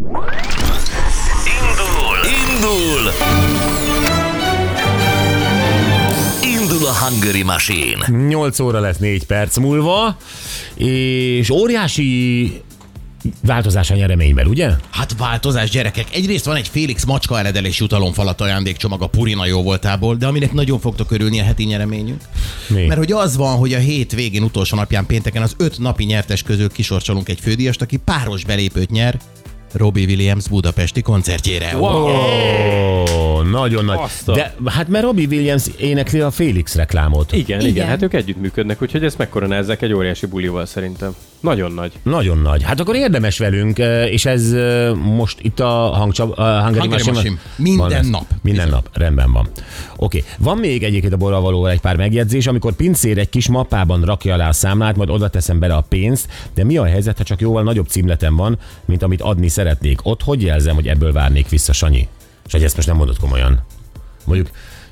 Indul a Hungary Machine. 8 óra lesz 4 perc múlva, és óriási változás a nyereményben, ugye? Hát változás, gyerekek. Egyrészt van egy Félix macska eledelési jutalomfalat ajándékcsomag a Purina jó voltából, de aminek nagyon fogtok örülni a heti nyereményünk. Mi? Mert hogy az van, hogy a hét végén utolsó napján pénteken az 5 napi nyertes közül kisorsolunk egy fődíjast, aki páros belépőt nyer Robbie Williams budapesti koncertjére. Nagyon nagy. De hát mert Robbie Williams énekli a Félix reklámot. Igen, hát ők együttműködnek, úgyhogy ezt megkoronázzák egy óriási bulival szerintem. Nagyon nagy. Nagyon nagy. Hát akkor érdemes velünk, és ez most itt a Hungary Machine. Minden nap, rendben van. Oké. Van még egyébként a borravalóval egy pár megjegyzés, amikor pincér egy kis mappában rakja alá a számlát, majd oda teszem bele a pénzt, de mi a helyzet, ha csak jóval nagyobb címletem van, mint amit adni szeretnék? Ott hogy jelzem, hogy ebből várnék vissza, Sanyi? És hogy ezt most nem mondod komolyan. Mondjuk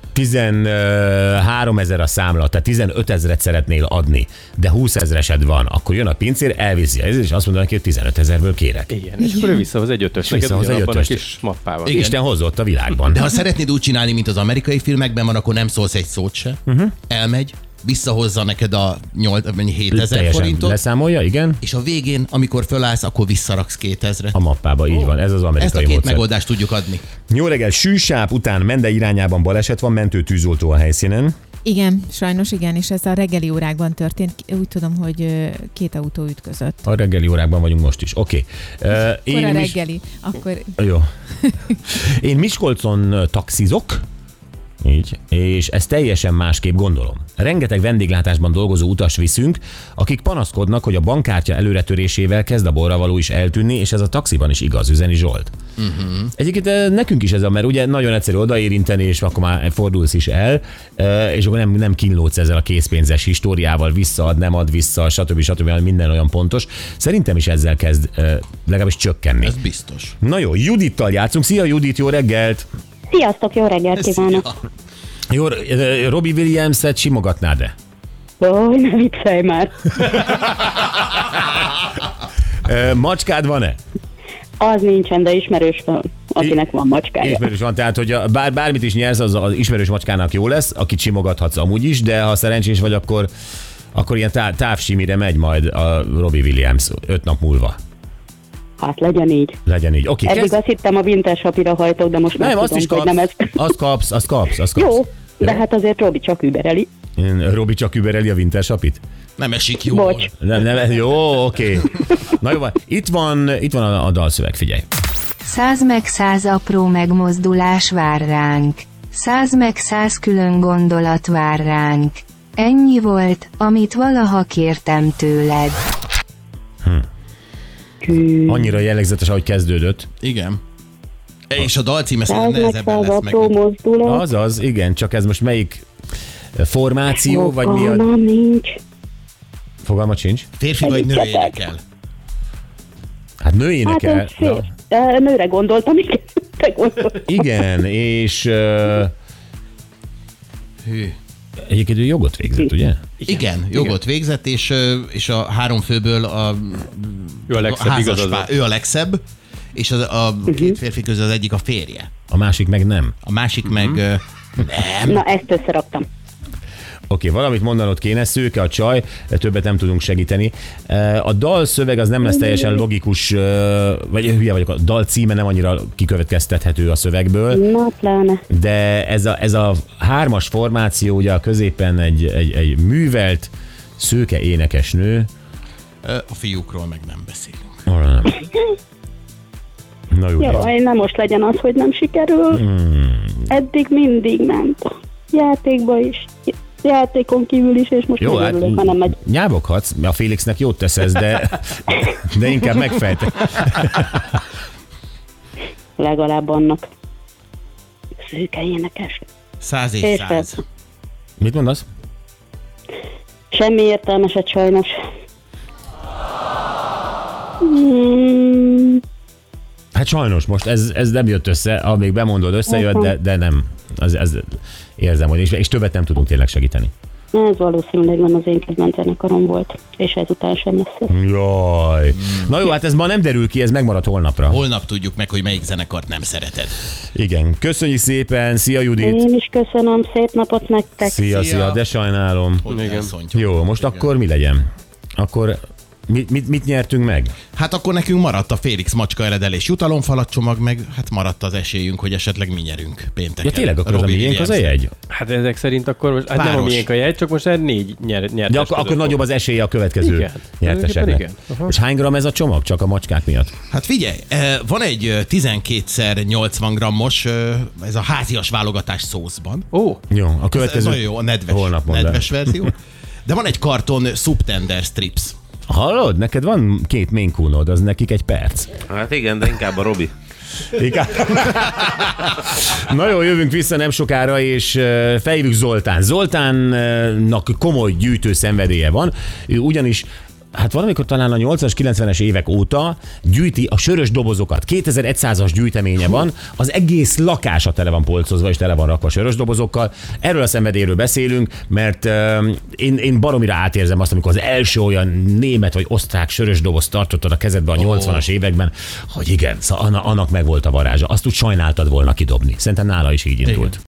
13 000 a számla, tehát 15 000-et szeretnél adni, de 20 000-esed van, akkor jön a pincér, elviszi a és azt mondja neki, hogy 15 000-ből kérek. Igen, és akkor ő visszahoz egy ötös. Abban a kis mappával. Igen. Isten hozott a világban. De ha szeretnéd úgy csinálni, mint az amerikai filmekben van, akkor nem szólsz egy szót se. Elmegy, visszahozza neked a 7000 forintot. Leszámolja, igen. És a végén, amikor fölállsz, akkor visszaraksz 2000-et. A mappába, így van, ez az amerikai Ezt a két módszer. megoldást tudjuk adni. Jó reggel, Sűsáp után Mende irányában baleset van, mentő tűzoltó a helyszínen. Igen, sajnos igen, és ez a reggeli órákban történt. Úgy tudom, hogy 2 autó ütközött. A reggeli órákban vagyunk most is, oké. Kora reggeli, akkor... Jó. Én Miskolcon taxizok, így, és ezt teljesen másképp gondolom. Rengeteg vendéglátásban dolgozó utas viszünk, akik panaszkodnak, hogy a bankkártya előretörésével kezd a borravaló is eltűnni, és ez a taxiban is igaz, üzeni Zsolt. Egyébként nekünk is ez a, mert ugye nagyon egyszerű odaérinteni, és akkor már fordulsz is el, és akkor nem kínlódsz ezzel a készpénzes históriával, visszaad, nem ad vissza, stb. Minden olyan pontos. Szerintem is ezzel kezd legalábbis csökkenni. Ez biztos. Na jó, Judittal játszunk. Szia Judit, jó reggelt! Sziasztok, jó reggelt kívánok! Jó, Robbie Williams-et simogatnád-e? Ó, ne viccelj már! Macskád van-e? Az nincsen, de ismerős van, akinek van macskája. Ismerős van, tehát hogy bármit is nyersz, az ismerős macskának jó lesz, akit simogathatsz amúgy is, de ha szerencsés vagy, akkor ilyen távsimire megy majd a Robbie Williams 5 nap múlva. Hát legyen így. Legyen így. Okay, eddig azt hittem a Winter Shopira hajtok, de most nem, már tudom, hogy nem ez. Azt kapsz. Jó, de hát azért Robi csak übereli. Robi csak übereli a Winter Shopit? Nem esik jól. Bocs. Nem, jó, oké. Na jó, itt van a dalszöveg, figyelj. 100 meg 100 apró megmozdulás vár ránk. 100 meg 100 külön gondolat vár ránk. Ennyi volt, amit valaha kértem tőled. Annyira jellegzetes, ahogy kezdődött. Igen. És a dalcíme szerintem nehezebben lesz meg. Azaz, igen, csak ez most melyik formáció, vagy mi a... nincs. Fogalmat sincs? Férfi vagy nő énekel? Hát nő énekel. Hát nőre gondoltam, igen. Igen, és... Hű. Egyébként ő jogot végzett, ugye? Igen, jogot végzett, és a 3 főből ő a legszebb, ő a legszebb, és a 2 férfi közül az egyik a férje. A másik meg nem. A másik meg nem. Na, ezt összeraktam. Oké, valamit mondanod kéne, szőke a csaj, de többet nem tudunk segíteni. A dal szöveg az nem lesz teljesen logikus, vagy hülye vagyok, a dal címe nem annyira kikövetkeztethető a szövegből. Na, pláne. De ez a 3-as formáció, ugye a középen egy művelt, szőke énekesnő. A fiúkról meg nem beszélünk. Arra nem. Na jó. Jaj, nem most legyen az, hogy nem sikerül. Eddig mindig ment. Játékba is. Játékon kívül is, és most jó, nem örülök, hanem megy. Nyávoghatsz, a Félixnek jót tesz ez, de inkább megfejte. Legalább annak. Szőke énekes. 100 és 100. Mit mondasz? Semmi értelmeset sajnos. Hát sajnos most ez nem jött össze, amíg bemondod összejött, de nem. Ez érzem, hogy és többet nem tudunk tényleg segíteni. Ez valószínűleg nem az én kedvenc zenekarom volt, és ezután sem lesz ez. Jaj. Na jó, hát ez ma nem derül ki, ez megmarad holnapra. Holnap tudjuk meg, hogy melyik zenekart nem szereted. Igen. Köszönjük szépen, szia Judit. Én is köszönöm, szép napot nektek. Szia, de sajnálom. Igen. Jó, most akkor mi legyen? Akkor mit nyertünk meg? Hát akkor nekünk maradt a Félix macska eredelés jutalomfalat csomag, meg hát maradt az esélyünk, hogy esetleg mi nyerünk pénteken. Ja tényleg, akkor az a miénk az a jegy? Hát ezek szerint akkor most, hát nem a Páros. miénk a jegy, csak most 4 nyertes. De akkor nagyobb az esélye a következő Igen. nyerteseknek. Igen. Aha. És hány gram ez a csomag? Csak a macskák miatt? Hát figyelj, van egy 12x80 grammos, ez a házias válogatás szószban. Ó, Jó, a Ez következő nagyon jó, a holnap mondd el. nedves verzió. De van egy karton Subtender strips. Hallod? Neked van 2 Maine Coonod, az nekik egy perc. Hát igen, de inkább a Robi. Igen. Na jó, jövünk vissza nem sokára, és felhívjuk Zoltán. Zoltánnak komoly gyűjtő szenvedélye van, ő ugyanis hát valamikor talán a 80-as, 90-es évek óta gyűjti a sörös dobozokat. 2100-as gyűjteménye van, az egész lakása tele van polcozva, és tele van rakva sörös dobozokkal. Erről a szenvedélyről beszélünk, mert én baromira átérzem azt, amikor az első olyan német vagy osztrák sörös dobozt tartottad a kezedbe a 80-as években, hogy igen, szóval annak meg volt a varázsa. Azt úgy sajnáltad volna kidobni. Szerintem nála is így indult.